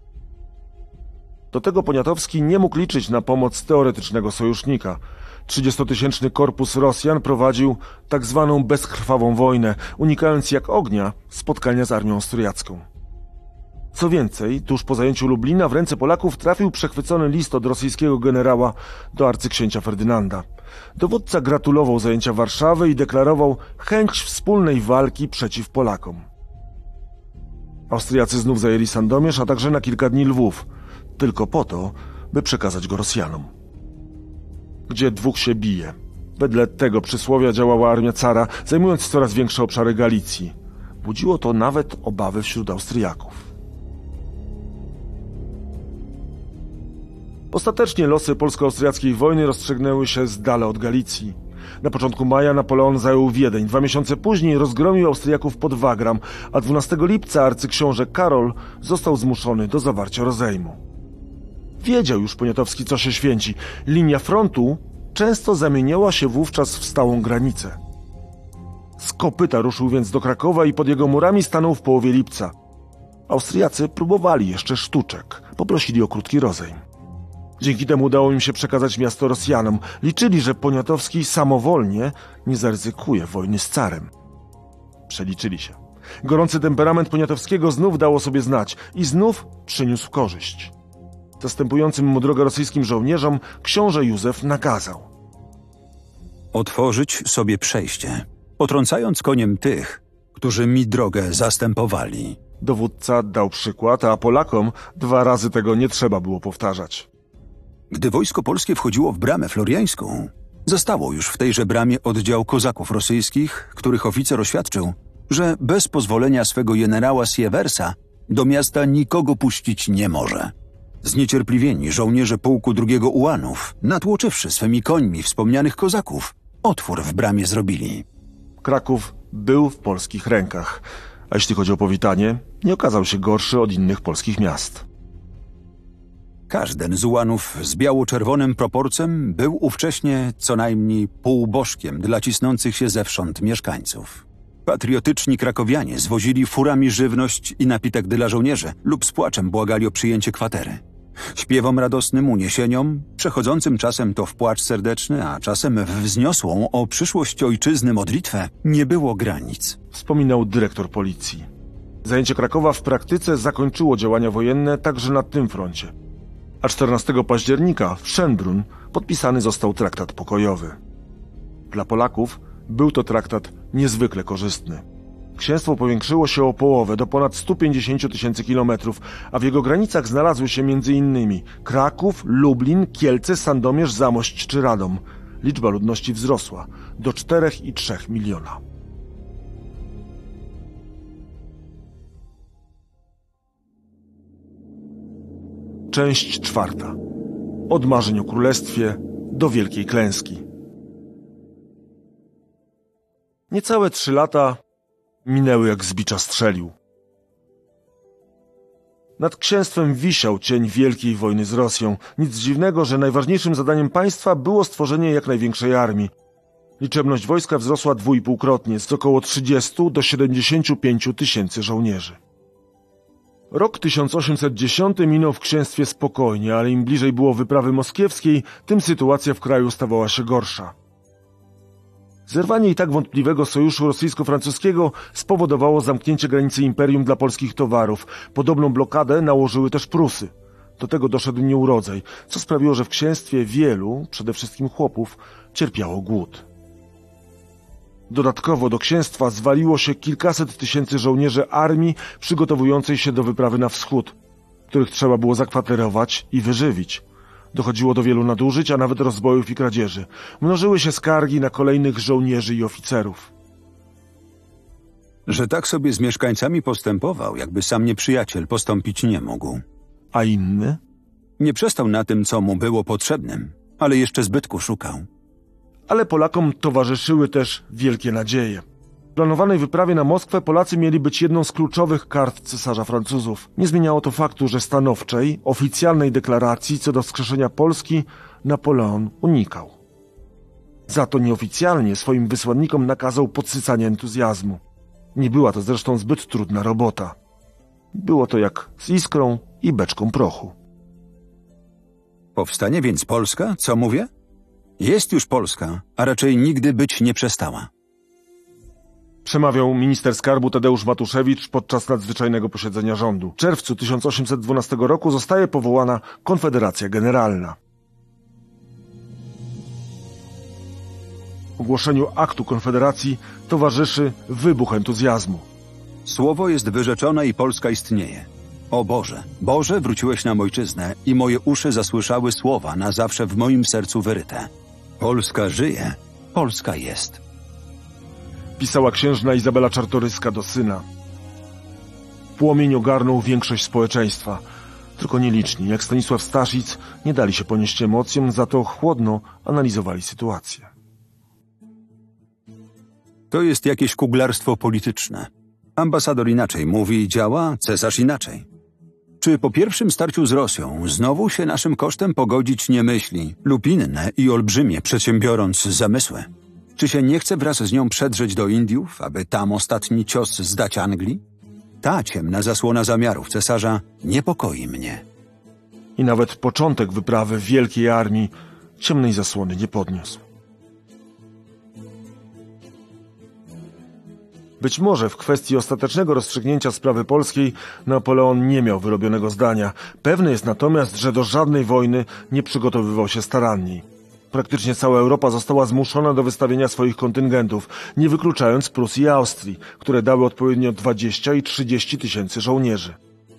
Do tego Poniatowski nie mógł liczyć na pomoc teoretycznego sojusznika. 30-tysięczny korpus Rosjan prowadził tak zwaną bezkrwawą wojnę, unikając jak ognia spotkania z armią austriacką. Co więcej, tuż po zajęciu Lublina w ręce Polaków trafił przechwycony list od rosyjskiego generała do arcyksięcia Ferdynanda. Dowódca gratulował zajęcia Warszawy i deklarował chęć wspólnej walki przeciw Polakom. Austriacy znów zajęli Sandomierz, a także na kilka dni Lwów, tylko po to, by przekazać go Rosjanom. Gdzie dwóch się bije. Wedle tego przysłowia działała armia cara, zajmując coraz większe obszary Galicji. Budziło to nawet obawy wśród Austriaków. Ostatecznie losy polsko-austriackiej wojny rozstrzygnęły się z dala od Galicji. Na początku maja Napoleon zajął Wiedeń, 2 miesiące później rozgromił Austriaków pod Wagram, a 12 lipca arcyksiąże Karol został zmuszony do zawarcia rozejmu. Wiedział już Poniatowski, co się święci. Linia frontu często zamieniała się wówczas w stałą granicę. Z kopyta ruszył więc do Krakowa i pod jego murami stanął w połowie lipca. Austriacy próbowali jeszcze sztuczek, poprosili o krótki rozejm. Dzięki temu udało im się przekazać miasto Rosjanom. Liczyli, że Poniatowski samowolnie nie zaryzykuje wojny z carem. Przeliczyli się. Gorący temperament Poniatowskiego znów dało sobie znać i znów przyniósł korzyść. Zastępującym mu drogę rosyjskim żołnierzom książę Józef nakazał otworzyć sobie przejście, potrącając koniem tych, którzy mi drogę zastępowali. Dowódca dał przykład, a Polakom 2 razy tego nie trzeba było powtarzać. Gdy wojsko polskie wchodziło w bramę floriańską, zastało już w tejże bramie oddział kozaków rosyjskich, których oficer oświadczył, że bez pozwolenia swego generała Sieversa do miasta nikogo puścić nie może. Zniecierpliwieni żołnierze pułku II Ułanów, natłoczywszy swymi końmi wspomnianych kozaków, otwór w bramie zrobili. Kraków był w polskich rękach, a jeśli chodzi o powitanie, nie okazał się gorszy od innych polskich miast. Każdy z Ułanów z biało-czerwonym proporcem był ówcześnie co najmniej półbożkiem dla cisnących się zewsząd mieszkańców. Patriotyczni krakowianie zwozili furami żywność i napitek dla żołnierzy lub z płaczem błagali o przyjęcie kwatery. Śpiewom radosnym, uniesieniom, przechodzącym czasem to w płacz serdeczny, a czasem w wzniosłą o przyszłość ojczyzny modlitwę, nie było granic. Wspominał dyrektor policji. Zajęcie Krakowa w praktyce zakończyło działania wojenne także na tym froncie. A 14 października w Schönbrunn podpisany został traktat pokojowy. Dla Polaków był to traktat niezwykle korzystny. Księstwo powiększyło się o połowę, do ponad 150 tysięcy kilometrów, a w jego granicach znalazły się m.in. Kraków, Lublin, Kielce, Sandomierz, Zamość czy Radom. Liczba ludności wzrosła do 4,3 miliona. Część 4. Od marzeń o królestwie do wielkiej klęski. Niecałe 3 lata minęły jak z bicza strzelił. Nad księstwem wisiał cień wielkiej wojny z Rosją. Nic dziwnego, że najważniejszym zadaniem państwa było stworzenie jak największej armii. Liczebność wojska wzrosła 2,5-krotnie, z około 30 do 75 tysięcy żołnierzy. Rok 1810 minął w księstwie spokojnie, ale im bliżej było wyprawy moskiewskiej, tym sytuacja w kraju stawała się gorsza. Zerwanie i tak wątpliwego sojuszu rosyjsko-francuskiego spowodowało zamknięcie granicy imperium dla polskich towarów. Podobną blokadę nałożyły też Prusy. Do tego doszedł nieurodzaj, co sprawiło, że w księstwie wielu, przede wszystkim chłopów, cierpiało głód. Dodatkowo do księstwa zwaliło się kilkaset tysięcy żołnierzy armii przygotowującej się do wyprawy na wschód, których trzeba było zakwaterować i wyżywić. Dochodziło do wielu nadużyć, a nawet rozbojów i kradzieży. Mnożyły się skargi na kolejnych żołnierzy i oficerów. Że tak sobie z mieszkańcami postępował, jakby sam nieprzyjaciel postąpić nie mógł. A inny? Nie przestał na tym, co mu było potrzebnym, ale jeszcze zbytku szukał. Ale Polakom towarzyszyły też wielkie nadzieje. W planowanej wyprawie na Moskwę Polacy mieli być jedną z kluczowych kart cesarza Francuzów. Nie zmieniało to faktu, że stanowczej, oficjalnej deklaracji co do wskrzeszenia Polski Napoleon unikał. Za to nieoficjalnie swoim wysłannikom nakazał podsycanie entuzjazmu. Nie była to zresztą zbyt trudna robota. Było to jak z iskrą i beczką prochu. Powstanie więc Polska? Co mówię? Jest już Polska, a raczej nigdy być nie przestała. Przemawiał minister skarbu Tadeusz Matuszewicz podczas nadzwyczajnego posiedzenia rządu. W czerwcu 1812 roku zostaje powołana Konfederacja Generalna. Ogłoszeniu aktu Konfederacji towarzyszy wybuch entuzjazmu. Słowo jest wyrzeczone i Polska istnieje. O Boże, Boże, wróciłeś na ojczyznę i moje uszy zasłyszały słowa na zawsze w moim sercu wyryte. Polska żyje, Polska jest. Pisała księżna Izabela Czartoryska do syna. Płomień ogarnął większość społeczeństwa. Tylko nieliczni, jak Stanisław Staszic, nie dali się ponieść emocjom, za to chłodno analizowali sytuację. To jest jakieś kuglarstwo polityczne. Ambasador inaczej mówi i działa, cesarz inaczej. Czy po pierwszym starciu z Rosją znowu się naszym kosztem pogodzić nie myśli lub inne i olbrzymie przedsiębiorąc zamysły? Czy się nie chce wraz z nią przedrzeć do Indiów, aby tam ostatni cios zdać Anglii? Ta ciemna zasłona zamiarów cesarza niepokoi mnie. I nawet początek wyprawy wielkiej armii ciemnej zasłony nie podniósł. Być może w kwestii ostatecznego rozstrzygnięcia sprawy polskiej Napoleon nie miał wyrobionego zdania. Pewne jest natomiast, że do żadnej wojny nie przygotowywał się staranniej. Praktycznie cała Europa została zmuszona do wystawienia swoich kontyngentów, nie wykluczając Prus i Austrii, które dały odpowiednio 20 i 30 tysięcy żołnierzy.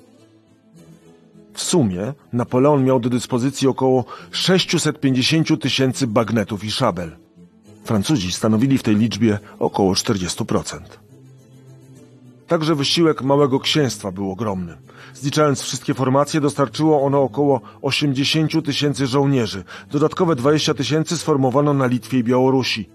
W sumie Napoleon miał do dyspozycji około 650 tysięcy bagnetów i szabel. Francuzi stanowili w tej liczbie około 40%. Także wysiłek Małego Księstwa był ogromny. Zliczając wszystkie formacje, dostarczyło ono około 80 000 żołnierzy. Dodatkowe 20 000 sformowano na Litwie i Białorusi.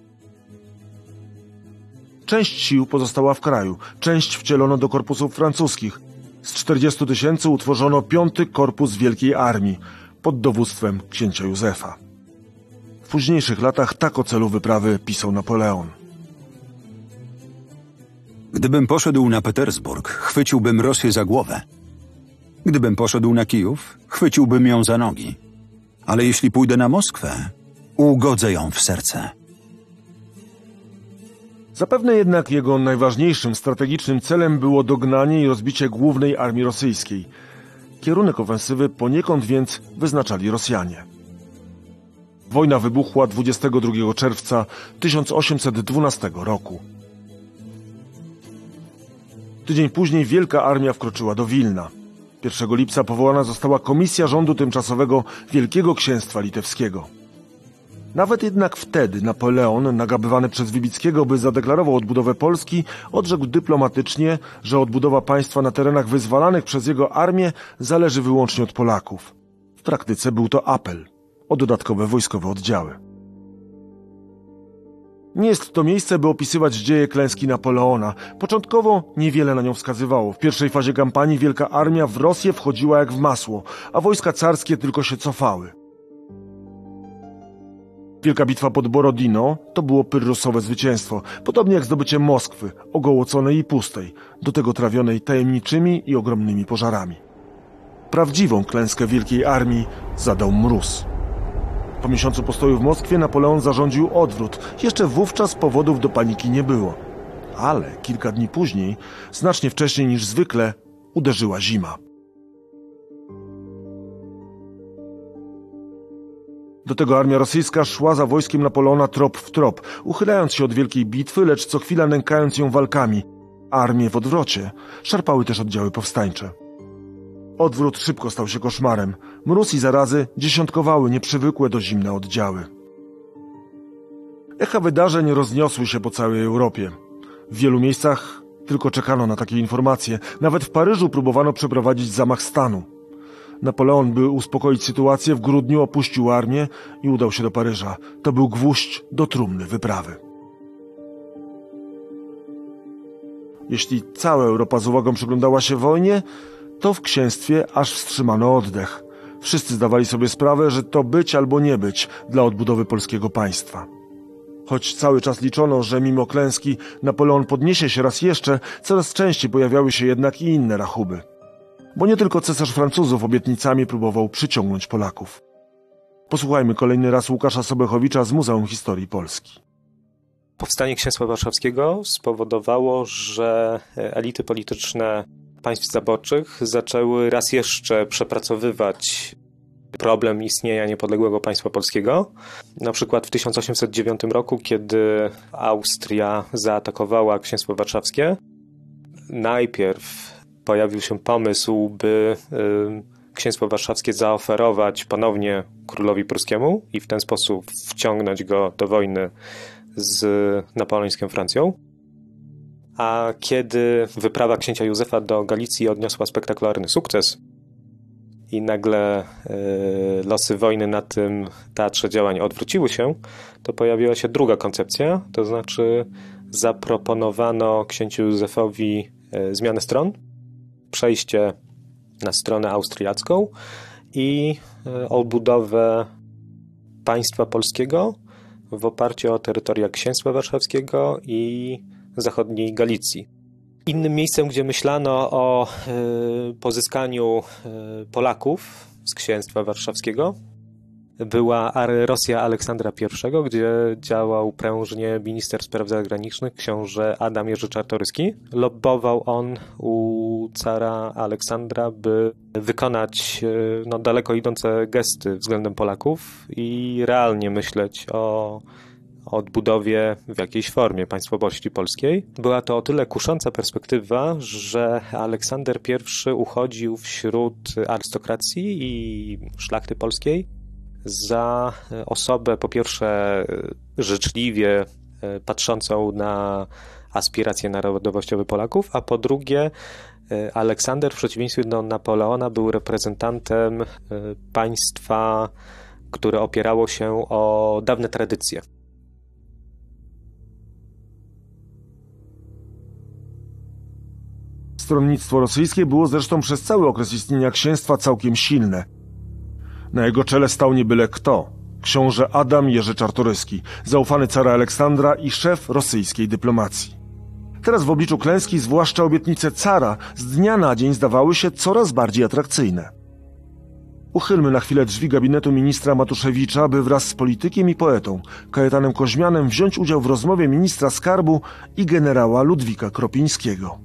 Część sił pozostała w kraju, część wcielono do korpusów francuskich. Z 40 000 utworzono 5. Korpus Wielkiej Armii pod dowództwem księcia Józefa. W późniejszych latach tak o celu wyprawy pisał Napoleon. Gdybym poszedł na Petersburg, chwyciłbym Rosję za głowę. Gdybym poszedł na Kijów, chwyciłbym ją za nogi. Ale jeśli pójdę na Moskwę, ugodzę ją w serce. Zapewne jednak jego najważniejszym strategicznym celem było dognanie i rozbicie głównej armii rosyjskiej. Kierunek ofensywy poniekąd więc wyznaczali Rosjanie. Wojna wybuchła 22 czerwca 1812 roku. Tydzień później Wielka Armia wkroczyła do Wilna. 1 lipca powołana została Komisja Rządu Tymczasowego Wielkiego Księstwa Litewskiego. Nawet jednak wtedy Napoleon, nagabywany przez Wybickiego, by zadeklarował odbudowę Polski, odrzekł dyplomatycznie, że odbudowa państwa na terenach wyzwalanych przez jego armię zależy wyłącznie od Polaków. W praktyce był to apel o dodatkowe wojskowe oddziały. Nie jest to miejsce, by opisywać dzieje klęski Napoleona. Początkowo niewiele na nią wskazywało. W pierwszej fazie kampanii Wielka Armia w Rosję wchodziła jak w masło, a wojska carskie tylko się cofały. Wielka bitwa pod Borodino to było pyrrusowe zwycięstwo, podobnie jak zdobycie Moskwy, ogołoconej i pustej, do tego trawionej tajemniczymi i ogromnymi pożarami. Prawdziwą klęskę Wielkiej Armii zadał mróz. Po miesiącu postoju w Moskwie Napoleon zarządził odwrót. Jeszcze wówczas powodów do paniki nie było. Ale kilka dni później, znacznie wcześniej niż zwykle, uderzyła zima. Do tego armia rosyjska szła za wojskiem Napoleona trop w trop, uchylając się od wielkiej bitwy, lecz co chwila nękając ją walkami. Armię w odwrocie szarpały też oddziały powstańcze. Odwrót szybko stał się koszmarem. Mróz i zarazy dziesiątkowały nieprzywykłe do zimna oddziały. Echa wydarzeń rozniosły się po całej Europie. W wielu miejscach tylko czekano na takie informacje. Nawet w Paryżu próbowano przeprowadzić zamach stanu. Napoleon, by uspokoić sytuację, w grudniu opuścił armię i udał się do Paryża. To był gwóźdź do trumny wyprawy. Jeśli cała Europa z uwagą przyglądała się wojnie, to w księstwie aż wstrzymano oddech. Wszyscy zdawali sobie sprawę, że to być albo nie być dla odbudowy polskiego państwa. Choć cały czas liczono, że mimo klęski Napoleon podniesie się raz jeszcze, coraz częściej pojawiały się jednak i inne rachuby. Bo nie tylko cesarz Francuzów obietnicami próbował przyciągnąć Polaków. Posłuchajmy kolejny raz Łukasza Sobechowicza z Muzeum Historii Polski. Powstanie Księstwa Warszawskiego spowodowało, że elity polityczne państw zaborczych zaczęły raz jeszcze przepracowywać problem istnienia niepodległego państwa polskiego. Na przykład w 1809 roku, kiedy Austria zaatakowała Księstwo Warszawskie, najpierw pojawił się pomysł, by Księstwo Warszawskie zaoferować ponownie królowi pruskiemu i w ten sposób wciągnąć go do wojny z napoleońską Francją. A kiedy wyprawa księcia Józefa do Galicji odniosła spektakularny sukces i nagle losy wojny na tym teatrze działań odwróciły się, to pojawiła się druga koncepcja, to znaczy zaproponowano księciu Józefowi zmianę stron, przejście na stronę austriacką i odbudowę państwa polskiego w oparciu o terytoria Księstwa Warszawskiego i zachodniej Galicji. Innym miejscem, gdzie myślano o pozyskaniu Polaków z Księstwa Warszawskiego, była Rosja Aleksandra I, gdzie działał prężnie minister spraw zagranicznych, książę Adam Jerzy Czartoryski. Lobbował on u cara Aleksandra, by wykonać daleko idące gesty względem Polaków i realnie myśleć o odbudowie w jakiejś formie państwowości polskiej. Była to o tyle kusząca perspektywa, że Aleksander I uchodził wśród arystokracji i szlachty polskiej za osobę po pierwsze życzliwie patrzącą na aspiracje narodowościowe Polaków, a po drugie Aleksander w przeciwieństwie do Napoleona był reprezentantem państwa, które opierało się o dawne tradycje. Stronnictwo rosyjskie było zresztą przez cały okres istnienia księstwa całkiem silne. Na jego czele stał nie byle kto. Książę Adam Jerzy Czartoryski, zaufany cara Aleksandra i szef rosyjskiej dyplomacji. Teraz w obliczu klęski zwłaszcza obietnice cara z dnia na dzień zdawały się coraz bardziej atrakcyjne. Uchylmy na chwilę drzwi gabinetu ministra Matuszewicza, by wraz z politykiem i poetą Kajetanem Koźmianem wziąć udział w rozmowie ministra skarbu i generała Ludwika Kropińskiego.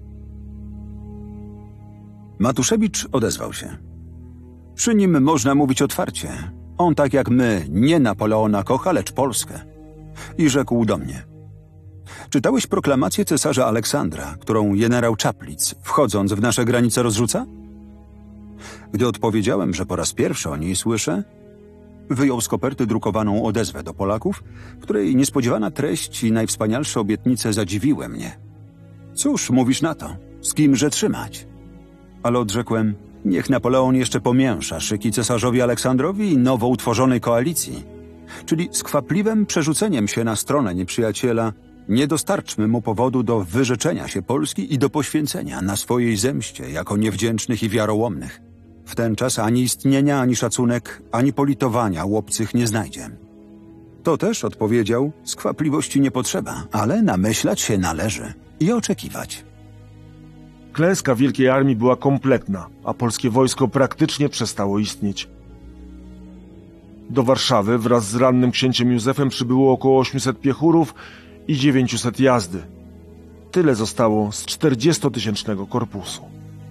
Matuszewicz odezwał się. Przy nim można mówić otwarcie. On tak jak my nie Napoleona kocha, lecz Polskę. I rzekł do mnie. Czytałeś proklamację cesarza Aleksandra, którą generał Czaplic, wchodząc w nasze granice, rozrzuca? Gdy odpowiedziałem, że po raz pierwszy o niej słyszę, wyjął z koperty drukowaną odezwę do Polaków, której niespodziewana treść i najwspanialsze obietnice zadziwiły mnie. Cóż mówisz na to? Z kimże trzymać? Ale odrzekłem, niech Napoleon jeszcze pomięsza szyki cesarzowi Aleksandrowi i nowo utworzonej koalicji. Czyli skwapliwym przerzuceniem się na stronę nieprzyjaciela nie dostarczmy mu powodu do wyrzeczenia się Polski i do poświęcenia na swojej zemście jako niewdzięcznych i wiarołomnych. W ten czas ani istnienia, ani szacunek, ani politowania u obcych nie znajdzie. To też, odpowiedział, skwapliwości nie potrzeba, ale namyślać się należy i oczekiwać. Klęska wielkiej armii była kompletna, a polskie wojsko praktycznie przestało istnieć. Do Warszawy wraz z rannym księciem Józefem przybyło około 800 piechurów i 900 jazdy. Tyle zostało z 40-tysięcznego korpusu.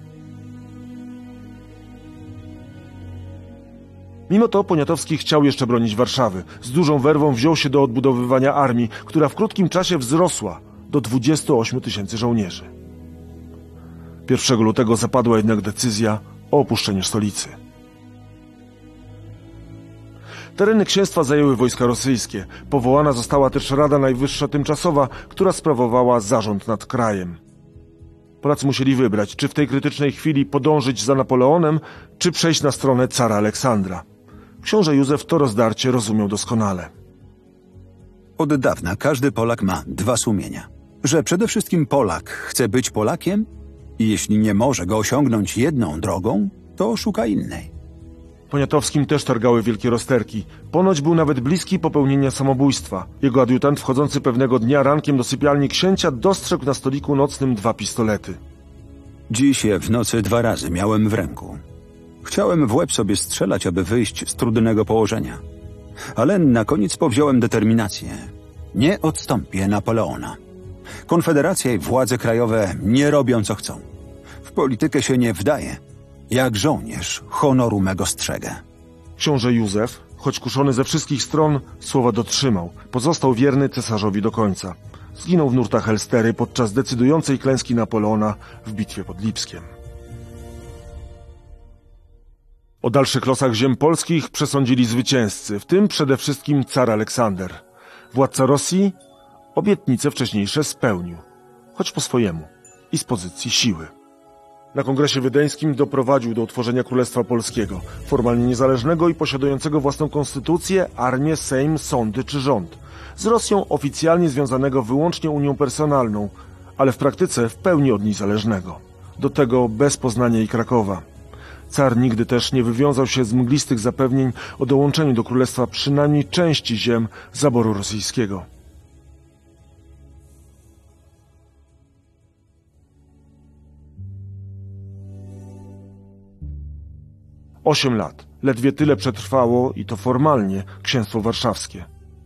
Mimo to Poniatowski chciał jeszcze bronić Warszawy. Z dużą werwą wziął się do odbudowywania armii, która w krótkim czasie wzrosła do 28 tysięcy żołnierzy. 1 lutego zapadła jednak decyzja o opuszczeniu stolicy. Tereny księstwa zajęły wojska rosyjskie. Powołana została też Rada Najwyższa Tymczasowa, która sprawowała zarząd nad krajem. Polacy musieli wybrać, czy w tej krytycznej chwili podążyć za Napoleonem, czy przejść na stronę cara Aleksandra. Książę Józef to rozdarcie rozumiał doskonale. Od dawna każdy Polak ma dwa sumienia. Że przede wszystkim Polak chce być Polakiem i jeśli nie może go osiągnąć jedną drogą, to szuka innej. Poniatowskim też targały wielkie rozterki. Ponoć był nawet bliski popełnienia samobójstwa. Jego adiutant wchodzący pewnego dnia rankiem do sypialni księcia dostrzegł na stoliku nocnym 2 pistolety. Dziś je w nocy 2 razy miałem w ręku. Chciałem w łeb sobie strzelać, aby wyjść z trudnego położenia. Ale na koniec powziąłem determinację. Nie odstąpię Napoleona. Konfederacja i władze krajowe nie robią co chcą. W politykę się nie wdaję. Jak żołnierz honoru mego strzegę. Książę Józef, choć kuszony ze wszystkich stron, słowa dotrzymał. Pozostał wierny cesarzowi do końca. Zginął w nurtach Elstery podczas decydującej klęski Napoleona w bitwie pod Lipskiem. O dalszych losach ziem polskich przesądzili zwycięzcy, w tym przede wszystkim car Aleksander. Władca Rosji obietnice wcześniejsze spełnił, choć po swojemu i z pozycji siły. Na kongresie wiedeńskim doprowadził do utworzenia Królestwa Polskiego, formalnie niezależnego i posiadającego własną konstytucję, armię, sejm, sądy czy rząd. Z Rosją oficjalnie związanego wyłącznie unią personalną, ale w praktyce w pełni od niej zależnego. Do tego bez Poznania i Krakowa. Car nigdy też nie wywiązał się z mglistych zapewnień o dołączeniu do królestwa przynajmniej części ziem zaboru rosyjskiego. Osiem lat. Ledwie tyle przetrwało, i to formalnie, księstwo warszawskie.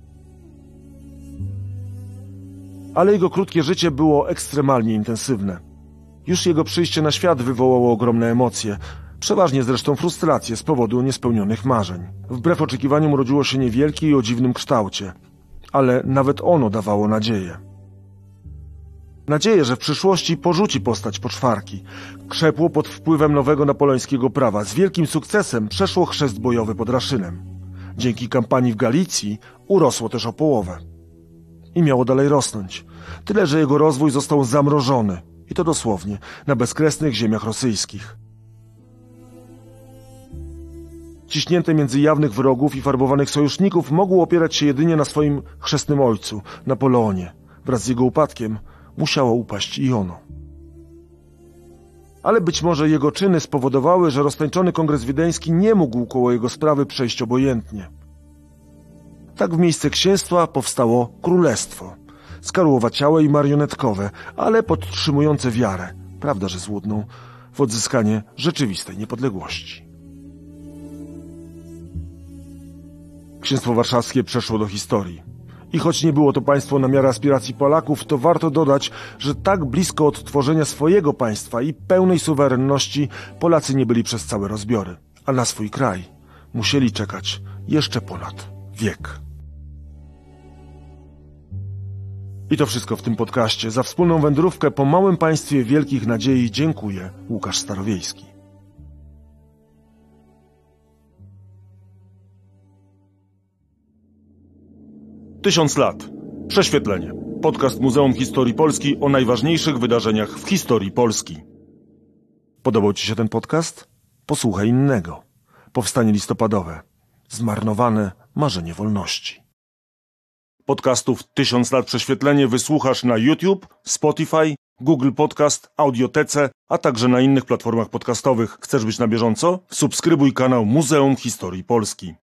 Ale jego krótkie życie było ekstremalnie intensywne. Już jego przyjście na świat wywołało ogromne emocje, przeważnie zresztą frustrację z powodu niespełnionych marzeń. Wbrew oczekiwaniom urodziło się niewielkie i o dziwnym kształcie, ale nawet ono dawało nadzieję. Nadzieję, że w przyszłości porzuci postać poczwarki. Krzepło pod wpływem nowego napoleońskiego prawa. Z wielkim sukcesem przeszło chrzest bojowy pod Raszynem. Dzięki kampanii w Galicji urosło też o połowę. I miało dalej rosnąć. Tyle, że jego rozwój został zamrożony, i to dosłownie, na bezkresnych ziemiach rosyjskich. Ciśnięte między jawnych wrogów i farbowanych sojuszników, mógł opierać się jedynie na swoim chrzestnym ojcu, Napoleonie. Wraz z jego upadkiem musiało upaść i ono. Ale być może jego czyny spowodowały, że roztańczony Kongres Wiedeński nie mógł koło jego sprawy przejść obojętnie. Tak w miejsce księstwa powstało królestwo, skarłowaciałe i marionetkowe, ale podtrzymujące wiarę, prawda że złudną, w odzyskanie rzeczywistej niepodległości. Księstwo Warszawskie przeszło do historii. I choć nie było to państwo na miarę aspiracji Polaków, to warto dodać, że tak blisko odtworzenia swojego państwa i pełnej suwerenności Polacy nie byli przez całe rozbiory, a na swój kraj musieli czekać jeszcze ponad wiek. I to wszystko w tym podcaście. Za wspólną wędrówkę po małym państwie wielkich nadziei dziękuję, Łukasz Starowiejski. Tysiąc lat. Prześwietlenie. Podcast Muzeum Historii Polski o najważniejszych wydarzeniach w historii Polski. Podobał Ci się ten podcast? Posłuchaj innego. Powstanie listopadowe. Zmarnowane marzenie wolności. Podcastów 1000 lat prześwietlenie wysłuchasz na YouTube, Spotify, Google Podcast, Audiotece, a także na innych platformach podcastowych. Chcesz być na bieżąco? Subskrybuj kanał Muzeum Historii Polski.